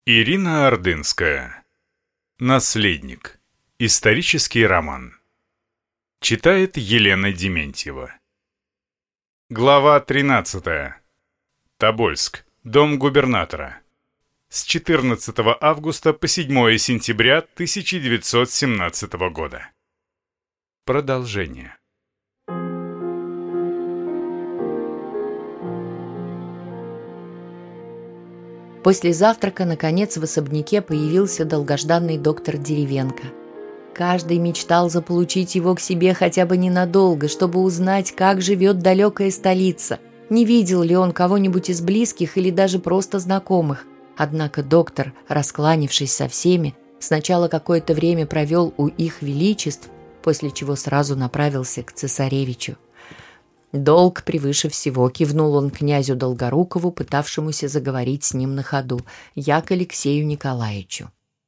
Ирина Ордынская. Наследник. Исторический роман. Читает Елена Дементьева. Глава 13. Тобольск. Дом губернатора. С 14 августа по 7 сентября 1917 года. Продолжение. После завтрака, наконец, в особняке появился долгожданный доктор Деревенко. Каждый мечтал заполучить его к себе хотя бы ненадолго, чтобы узнать, как живет далекая столица, не видел ли он кого-нибудь из близких или даже просто знакомых. Однако доктор, раскланившись со всеми, сначала какое-то время провел у их величеств, после чего сразу направился к цесаревичу. «Долг превыше всего», — кивнул он князю Долгорукову, пытавшемуся заговорить с ним на ходу, «я к Алексею Николаевичу».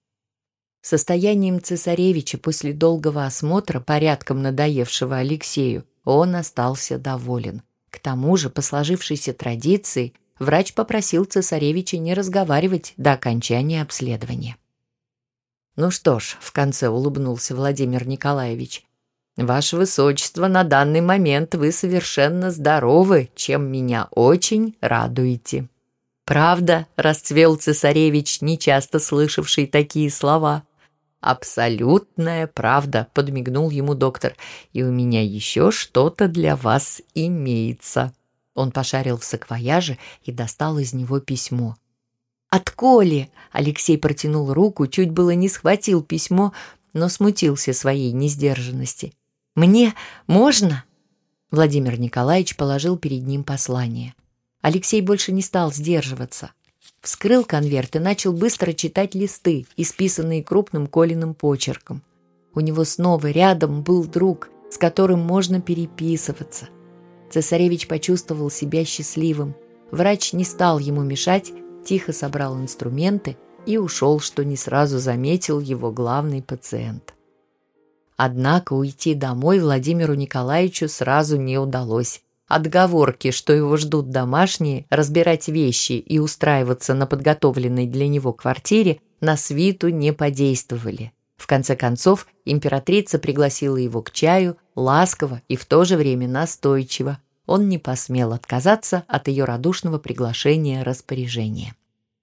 Состоянием цесаревича после долгого осмотра, порядком надоевшего Алексею, он остался доволен. К тому же, по сложившейся традиции, врач попросил цесаревича не разговаривать до окончания обследования. «Ну что ж», — в конце улыбнулся Владимир Николаевич, «Ваше Высочество, на данный момент вы совершенно здоровы, чем меня очень радуете». «Правда?» — расцвел цесаревич, нечасто слышавший такие слова. «Абсолютная правда», — подмигнул ему доктор, «и у меня еще что-то для вас имеется». Он пошарил в саквояже и достал из него письмо. «От Коли!» — Алексей протянул руку, чуть было не схватил письмо, но смутился своей несдержанности. «Мне можно?» Владимир Николаевич положил перед ним послание. Алексей больше не стал сдерживаться. Вскрыл конверт и начал быстро читать листы, исписанные крупным Колиным почерком. У него снова рядом был друг, с которым можно переписываться. Цесаревич почувствовал себя счастливым. Врач не стал ему мешать, тихо собрал инструменты и ушел, что не сразу заметил его главный пациент. Однако уйти домой Владимиру Николаевичу сразу не удалось. Отговорки, что его ждут домашние, разбирать вещи и устраиваться на подготовленной для него квартире, на свиту не подействовали. В конце концов, императрица пригласила его к чаю, ласково и в то же время настойчиво. Он не посмел отказаться от ее радушного приглашения распоряжения.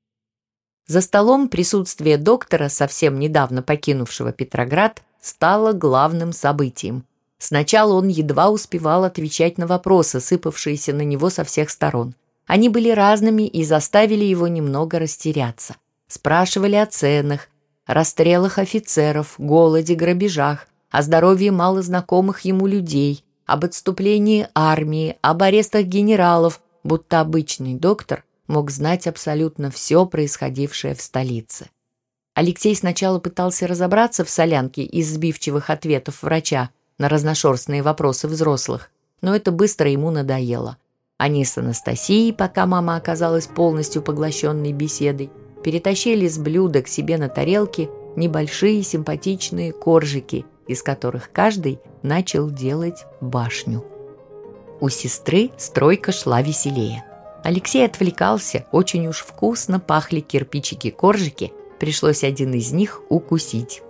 За столом присутствие доктора, совсем недавно покинувшего Петроград, стало главным событием. Сначала он едва успевал отвечать на вопросы, сыпавшиеся на него со всех сторон. Они были разными и заставили его немного растеряться. Спрашивали о ценах, расстрелах офицеров, голоде, грабежах, о здоровье малознакомых ему людей, об отступлении армии, об арестах генералов, будто обычный доктор мог знать абсолютно все происходившее в столице. Алексей сначала пытался разобраться в солянке из сбивчивых ответов врача на разношерстные вопросы взрослых, но это быстро ему надоело. Они с Анастасией, пока мама оказалась полностью поглощенной беседой, перетащили с блюда к себе на тарелке небольшие симпатичные коржики, из которых каждый начал делать башню. У сестры стройка шла веселее. Алексей отвлекался, очень уж вкусно пахли кирпичики-коржики, пришлось один из них укусить.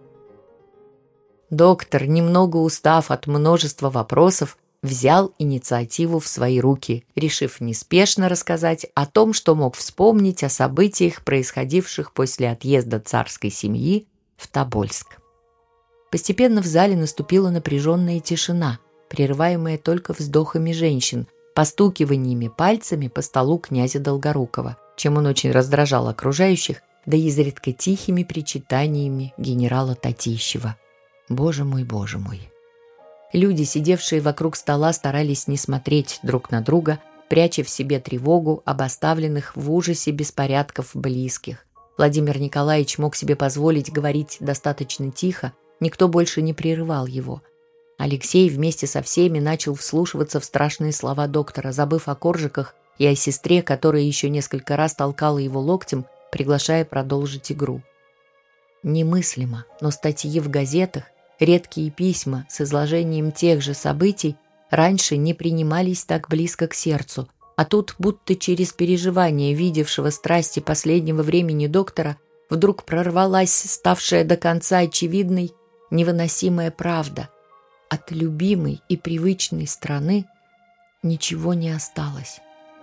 Доктор, немного устав от множества вопросов, взял инициативу в свои руки, решив неспешно рассказать о том, что мог вспомнить о событиях, происходивших после отъезда царской семьи в Тобольск. Постепенно в зале наступила напряженная тишина, прерываемая только вздохами женщин, постукиваниями пальцами по столу князя Долгорукова, чем он очень раздражал окружающих, да изредка тихими причитаниями генерала Татищева. Боже мой, боже мой. Люди, сидевшие вокруг стола, старались не смотреть друг на друга, пряча в себе тревогу об оставленных в ужасе беспорядков близких. Владимир Николаевич мог себе позволить говорить достаточно тихо, никто больше не прерывал его. Алексей вместе со всеми начал вслушиваться в страшные слова доктора, забыв о коржиках и о сестре, которая еще несколько раз толкала его локтем, приглашая продолжить игру. Немыслимо, но статьи в газетах, редкие письма с изложением тех же событий раньше не принимались так близко к сердцу. А тут, будто через переживание видевшего страсти последнего времени доктора, вдруг прорвалась ставшая до конца очевидной невыносимая правда. От любимой и привычной страны ничего не осталось.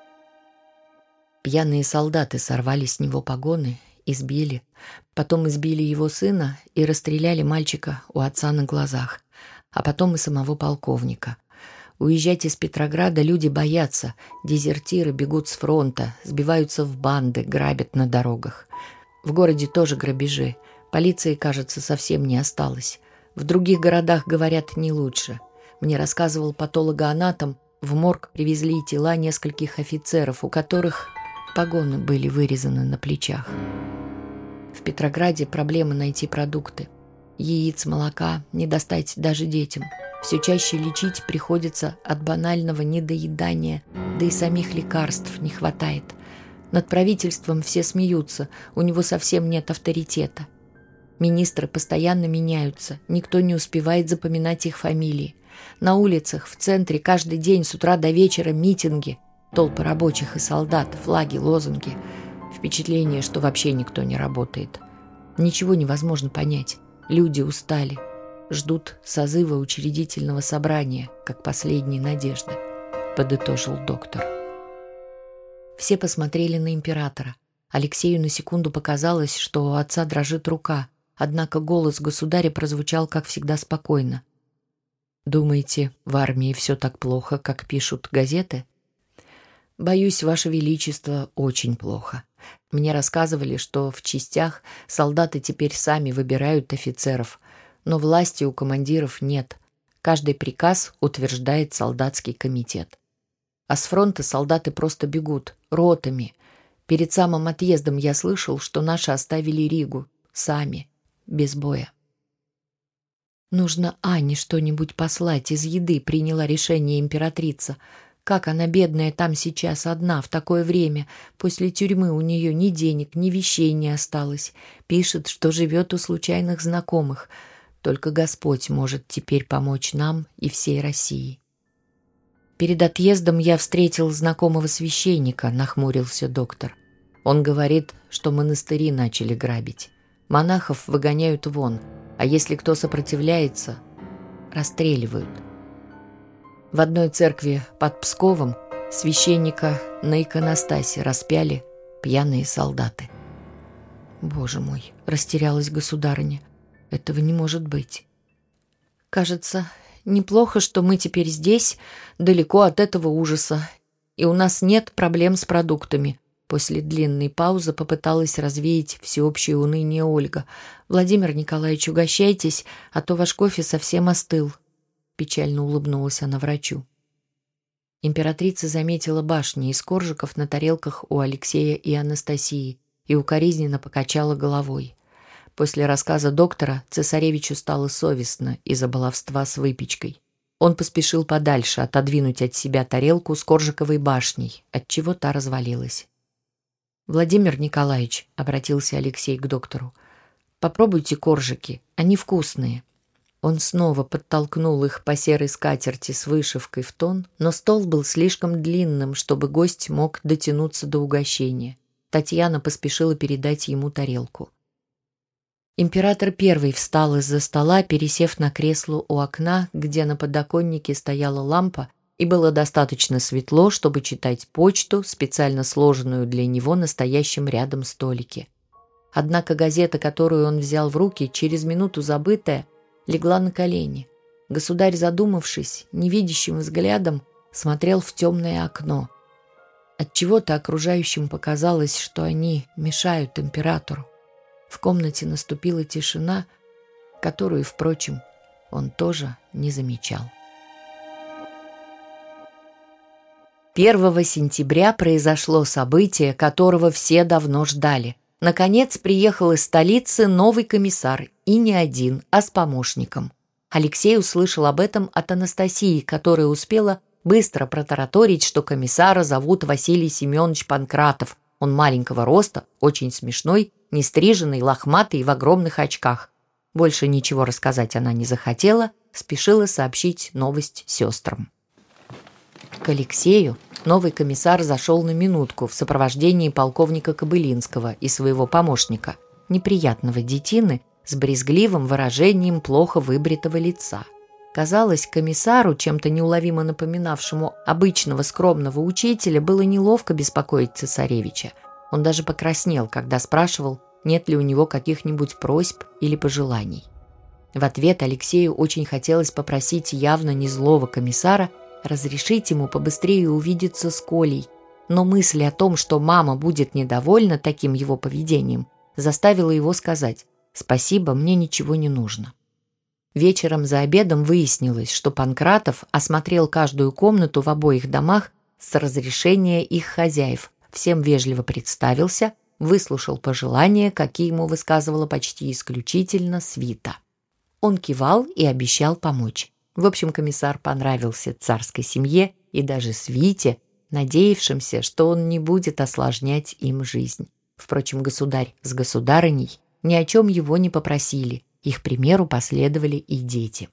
Пьяные солдаты сорвали с него погоны, избили. Потом избили его сына и расстреляли мальчика у отца на глазах. А потом и самого полковника. Уезжать из Петрограда люди боятся. Дезертиры бегут с фронта, сбиваются в банды, грабят на дорогах. В городе тоже грабежи. Полиции, кажется, совсем не осталось. В других городах, говорят, не лучше. Мне рассказывал патологоанатом, в морг привезли тела нескольких офицеров, у которых погоны были вырезаны на плечах. В Петрограде проблема найти продукты. Яиц, молока не достать даже детям. Все чаще лечить приходится от банального недоедания, да и самих лекарств не хватает. Над правительством все смеются, у него совсем нет авторитета. Министры постоянно меняются, никто не успевает запоминать их фамилии. На улицах, в центре каждый день с утра до вечера митинги, толпы рабочих и солдат, флаги, лозунги. Впечатление, что вообще никто не работает. Ничего невозможно понять. Люди устали. Ждут созыва учредительного собрания, как последней надежды, подытожил доктор. Все посмотрели на императора. Алексею на секунду показалось, что у отца дрожит рука, однако голос государя прозвучал, как всегда, спокойно. «Думаете, в армии все так плохо, как пишут газеты?» «Боюсь, Ваше Величество, очень плохо. Мне рассказывали, что в частях солдаты теперь сами выбирают офицеров, но власти у командиров нет. Каждый приказ утверждает солдатский комитет. А с фронта солдаты просто бегут, ротами. Перед самым отъездом я слышал, что наши оставили Ригу, сами, без боя. «Нужно Ане что-нибудь послать из еды», — приняла решение императрица. «Как она, бедная, там сейчас одна, в такое время. После тюрьмы у нее ни денег, ни вещей не осталось. Пишет, что живет у случайных знакомых. Только Господь может теперь помочь нам и всей России». «Перед отъездом я встретил знакомого священника», — нахмурился доктор. «Он говорит, что монастыри начали грабить. Монахов выгоняют вон, а если кто сопротивляется, расстреливают. В одной церкви под Псковом священника на иконостасе распяли пьяные солдаты». «Боже мой!» — растерялась государыня. «Этого не может быть». «Кажется, неплохо, что мы теперь здесь, далеко от этого ужаса, и у нас нет проблем с продуктами». После длинной паузы попыталась развеять всеобщее уныние Ольга. «Владимир Николаевич, угощайтесь, а то ваш кофе совсем остыл». Печально улыбнулась она врачу. Императрица заметила башни из коржиков на тарелках у Алексея и Анастасии и укоризненно покачала головой. После рассказа доктора цесаревичу стало совестно из-за баловства с выпечкой. Он поспешил подальше отодвинуть от себя тарелку с коржиковой башней, отчего та развалилась. «Владимир Николаевич», — обратился Алексей к доктору, — «попробуйте коржики, они вкусные». Он снова подтолкнул их по серой скатерти с вышивкой в тон, но стол был слишком длинным, чтобы гость мог дотянуться до угощения. Татьяна поспешила передать ему тарелку. Император первый встал из-за стола, пересев на кресло у окна, где на подоконнике стояла лампа, и было достаточно светло, чтобы читать почту, специально сложенную для него на стоящем рядом столике. Однако газета, которую он взял в руки, через минуту забытая, легла на колени. Государь, задумавшись, невидящим взглядом смотрел в темное окно. Отчего-то окружающим показалось, что они мешают императору. В комнате наступила тишина, которую, впрочем, он тоже не замечал. 1 сентября произошло событие, которого все давно ждали. Наконец приехал из столицы новый комиссар, и не один, а с помощником. Алексей услышал об этом от Анастасии, которая успела быстро протараторить, что комиссара зовут Василий Семенович Панкратов. Он маленького роста, очень смешной, нестриженный, лохматый и в огромных очках. Больше ничего рассказать она не захотела, спешила сообщить новость сестрам. К Алексею новый комиссар зашел на минутку в сопровождении полковника Кобылинского и своего помощника, неприятного детины с брезгливым выражением плохо выбритого лица. Казалось, комиссару, чем-то неуловимо напоминавшему обычного скромного учителя, было неловко беспокоить цесаревича. Он даже покраснел, когда спрашивал, нет ли у него каких-нибудь просьб или пожеланий. В ответ Алексею очень хотелось попросить явно не злого комиссара разрешить ему побыстрее увидеться с Колей, но мысль о том, что мама будет недовольна таким его поведением, заставила его сказать «Спасибо, мне ничего не нужно». Вечером за обедом выяснилось, что Панкратов осмотрел каждую комнату в обоих домах с разрешения их хозяев, всем вежливо представился, выслушал пожелания, какие ему высказывала почти исключительно свита. Он кивал и обещал помочь. В общем, комиссар понравился царской семье и даже свите, надеявшимся, что он не будет осложнять им жизнь. Впрочем, государь с государыней ни о чем его не попросили. Их примеру последовали и дети.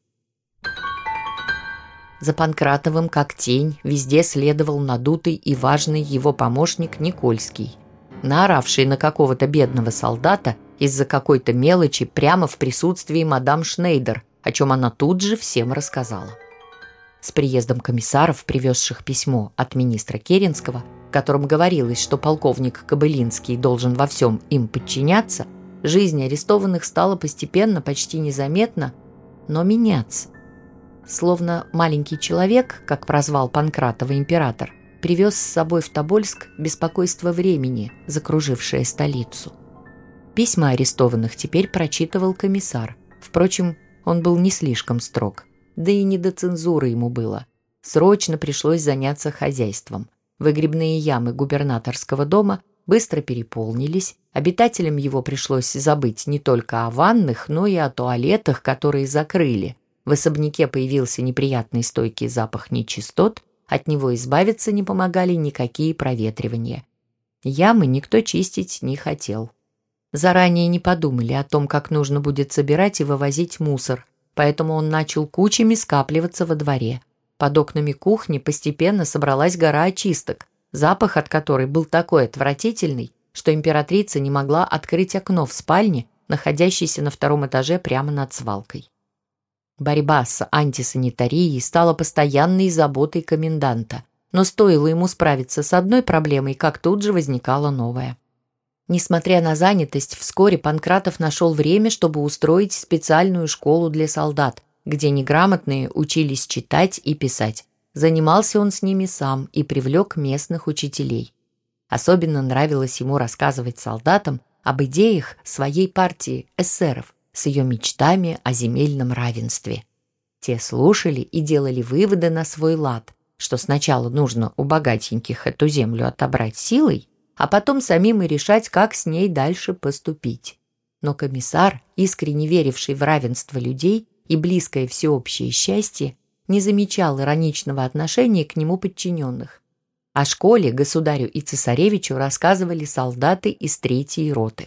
За Панкратовым, как тень, везде следовал надутый и важный его помощник Никольский, наоравший на какого-то бедного солдата из-за какой-то мелочи прямо в присутствии мадам Шнейдер, о чем она тут же всем рассказала. С приездом комиссаров, привезших письмо от министра Керенского, в котором говорилось, что полковник Кобылинский должен во всем им подчиняться, жизнь арестованных стала постепенно, почти незаметно, но меняться. Словно маленький человек, как прозвал Панкратова император, привез с собой в Тобольск беспокойство времени, закружившее столицу. Письма арестованных теперь прочитывал комиссар. Впрочем, он был не слишком строг, да и не до цензуры ему было. Срочно пришлось заняться хозяйством. Выгребные ямы губернаторского дома быстро переполнились, обитателям его пришлось забыть не только о ванных, но и о туалетах, которые закрыли. В особняке появился неприятный стойкий запах нечистот, от него избавиться не помогали никакие проветривания. Ямы никто чистить не хотел. Заранее не подумали о том, как нужно будет собирать и вывозить мусор, поэтому он начал кучами скапливаться во дворе. Под окнами кухни постепенно собралась гора очисток, запах от которой был такой отвратительный, что императрица не могла открыть окно в спальне, находящейся на втором этаже прямо над свалкой. Борьба с антисанитарией стала постоянной заботой коменданта, но стоило ему справиться с одной проблемой, как тут же возникала новая. Несмотря на занятость, вскоре Панкратов нашел время, чтобы устроить специальную школу для солдат, где неграмотные учились читать и писать. Занимался он с ними сам и привлек местных учителей. Особенно нравилось ему рассказывать солдатам об идеях своей партии эсеров с ее мечтами о земельном равенстве. Те слушали и делали выводы на свой лад, что сначала нужно у богатеньких эту землю отобрать силой, а потом самим и решать, как с ней дальше поступить. Но комиссар, искренне веривший в равенство людей и близкое всеобщее счастье, не замечал ироничного отношения к нему подчиненных. О школе государю и цесаревичу рассказывали солдаты из 3-й роты.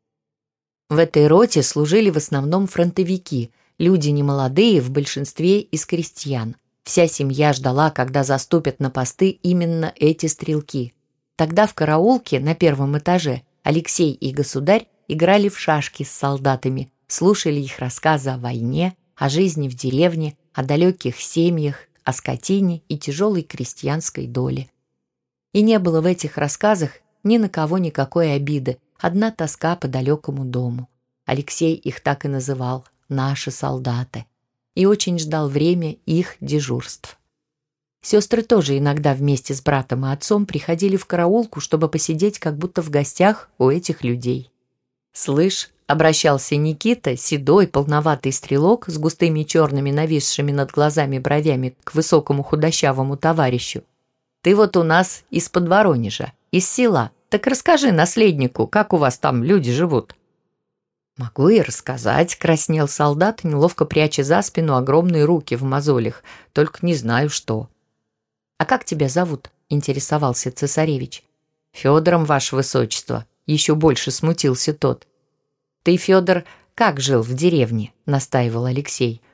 В этой роте служили в основном фронтовики, люди немолодые, в большинстве из крестьян. Вся семья ждала, когда заступят на посты именно эти стрелки. Тогда в караулке на 1-м этаже Алексей и государь играли в шашки с солдатами, слушали их рассказы о войне, о жизни в деревне, о далеких семьях, о скотине и тяжелой крестьянской доле. И не было в этих рассказах ни на кого никакой обиды, одна тоска по далекому дому. Алексей их так и называл «наши солдаты» и очень ждал время их дежурств. Сестры тоже иногда вместе с братом и отцом приходили в караулку, чтобы посидеть как будто в гостях у этих людей. «Слышь», — обращался Никита, седой, полноватый стрелок с густыми черными нависшими над глазами бровями к высокому худощавому товарищу, «ты вот у нас из-под Воронежа, из села, так расскажи наследнику, как у вас там люди живут». «Могу и рассказать», — краснел солдат, неловко пряча за спину огромные руки в мозолях, «только не знаю что». «А как тебя зовут?» — интересовался цесаревич. «Федором, ваше высочество», — еще больше смутился тот. «Ты, Федор, как жил в деревне?» — настаивал Алексей.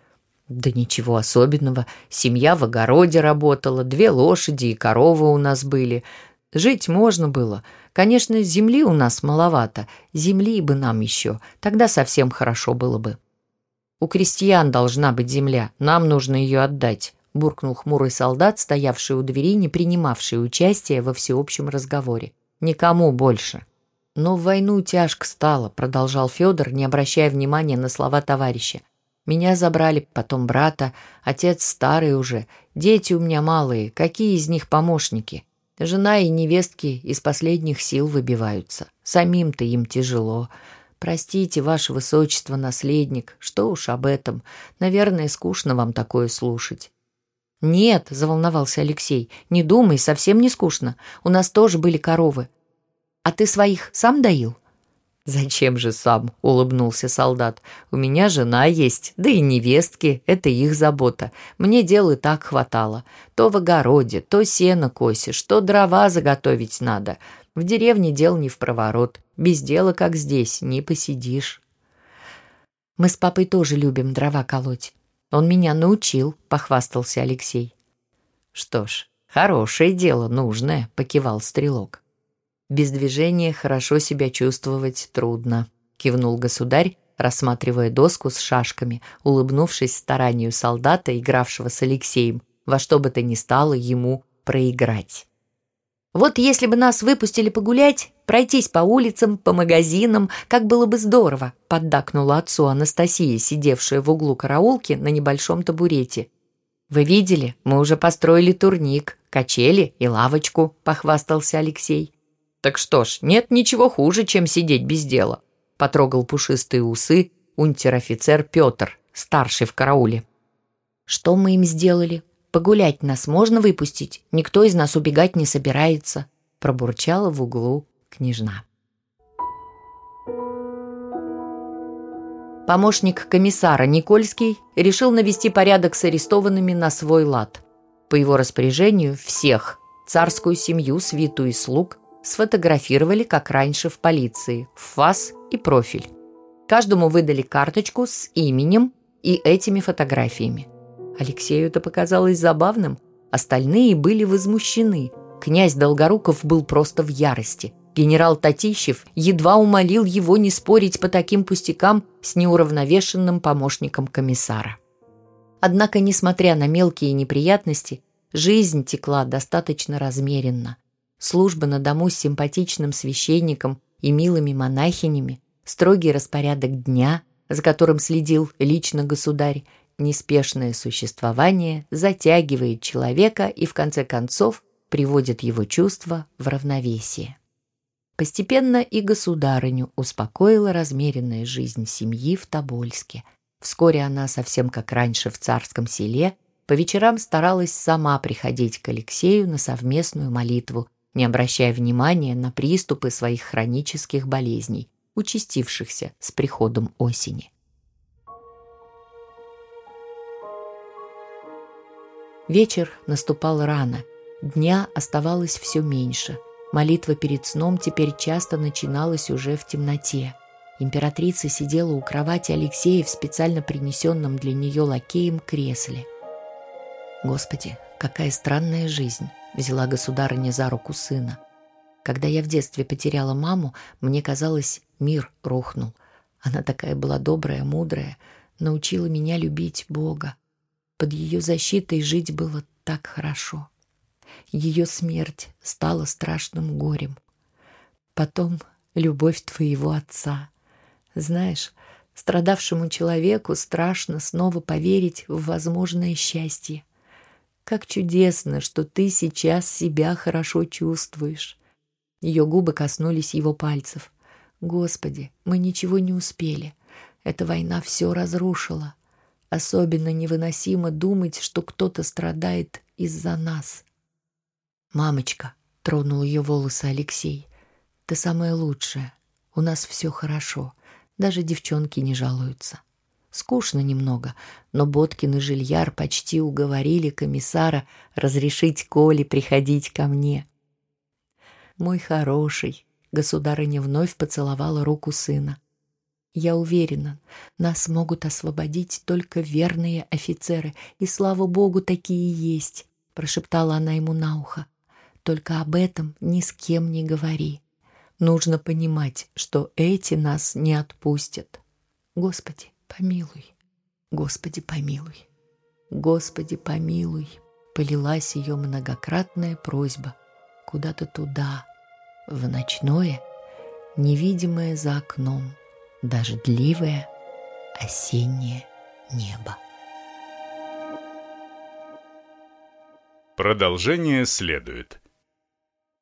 Да ничего особенного. Семья в огороде работала, 2 лошади и коровы у нас были. Жить можно было. Конечно, земли у нас маловато. Земли бы нам еще. Тогда совсем хорошо было бы. У крестьян должна быть земля. Нам нужно ее отдать, буркнул хмурый солдат, стоявший у двери, не принимавший участия во всеобщем разговоре. Никому больше. Но в войну тяжко стало, продолжал Федор, не обращая внимания на слова товарища. Меня забрали, потом брата, отец старый уже, дети у меня малые, какие из них помощники? Жена и невестки из последних сил выбиваются. Самим-то им тяжело. Простите, ваше высочество, наследник, что уж об этом. Наверное, скучно вам такое слушать. Нет, заволновался Алексей, не думай, совсем не скучно. У нас тоже были коровы. А ты своих сам доил? «Зачем же сам?» — улыбнулся солдат. «У меня жена есть, да и невестки, это их забота. Мне дел и так хватало. То в огороде, то сено косишь, то дрова заготовить надо. В деревне дел не впроворот. Без дела, как здесь, не посидишь». «Мы с папой тоже любим дрова колоть. Он меня научил», — похвастался Алексей. «Что ж, хорошее дело, нужное», — покивал стрелок. «Без движения хорошо себя чувствовать трудно», — кивнул государь, рассматривая доску с шашками, улыбнувшись старанию солдата, игравшего с Алексеем, во что бы то ни стало ему проиграть. «Вот если бы нас выпустили погулять, пройтись по улицам, по магазинам, как было бы здорово», — поддакнула отцу Анастасия, сидевшая в углу караулки на небольшом табурете. «Вы видели, мы уже построили турник, качели и лавочку», — похвастался Алексей. «Так что ж, нет ничего хуже, чем сидеть без дела», — потрогал пушистые усы унтер-офицер Петр, старший в карауле. «Что мы им сделали? Погулять нас можно выпустить? Никто из нас убегать не собирается», — пробурчала в углу княжна. Помощник комиссара Никольский решил навести порядок с арестованными на свой лад. По его распоряжению всех, царскую семью, свиту и слуг, сфотографировали, как раньше в полиции, в фас и профиль. Каждому выдали карточку с именем и этими фотографиями. Алексею это показалось забавным, остальные были возмущены. Князь Долгоруков был просто в ярости. Генерал Татищев едва умолил его не спорить по таким пустякам с неуравновешенным помощником комиссара. Однако, несмотря на мелкие неприятности, жизнь текла достаточно размеренно. Служба на дому с симпатичным священником и милыми монахинями, строгий распорядок дня, за которым следил лично государь, неспешное существование затягивает человека и, в конце концов, приводит его чувства в равновесие. Постепенно и государыню успокоила размеренная жизнь семьи в Тобольске. Вскоре она, совсем как раньше в Царском Селе, по вечерам старалась сама приходить к Алексею на совместную молитву, не обращая внимания на приступы своих хронических болезней, участившихся с приходом осени. Вечер наступал рано, дня оставалось все меньше. Молитва перед сном теперь часто начиналась уже в темноте. Императрица сидела у кровати Алексея в специально принесенном для нее лакеем кресле. «Господи, какая странная жизнь!» — взяла государыня за руку сына. «Когда я в детстве потеряла маму, мне казалось, мир рухнул. Она такая была добрая, мудрая, научила меня любить Бога. Под ее защитой жить было так хорошо. Ее смерть стала страшным горем. Потом любовь твоего отца. Знаешь, страдавшему человеку страшно снова поверить в возможное счастье. Как чудесно, что ты сейчас себя хорошо чувствуешь». Ее губы коснулись его пальцев. «Господи, мы ничего не успели. Эта война все разрушила. Особенно невыносимо думать, что кто-то страдает из-за нас». «Мамочка», — тронул ее волосы Алексей, — «ты самая лучшая. У нас все хорошо. Даже девчонки не жалуются. Скучно немного, но Боткин и Жильяр почти уговорили комиссара разрешить Коле приходить ко мне». «Мой хороший», — государыня вновь поцеловала руку сына. Я уверена, нас могут освободить только верные офицеры, и, слава богу, такие есть», — прошептала она ему на ухо. «Только об этом ни с кем не говори. Нужно понимать, что эти нас не отпустят. Господи, помилуй, Господи, помилуй, Господи, помилуй», — полилась ее многократная просьба куда-то туда, в ночное, невидимое за окном, дождливое осеннее небо. Продолжение следует.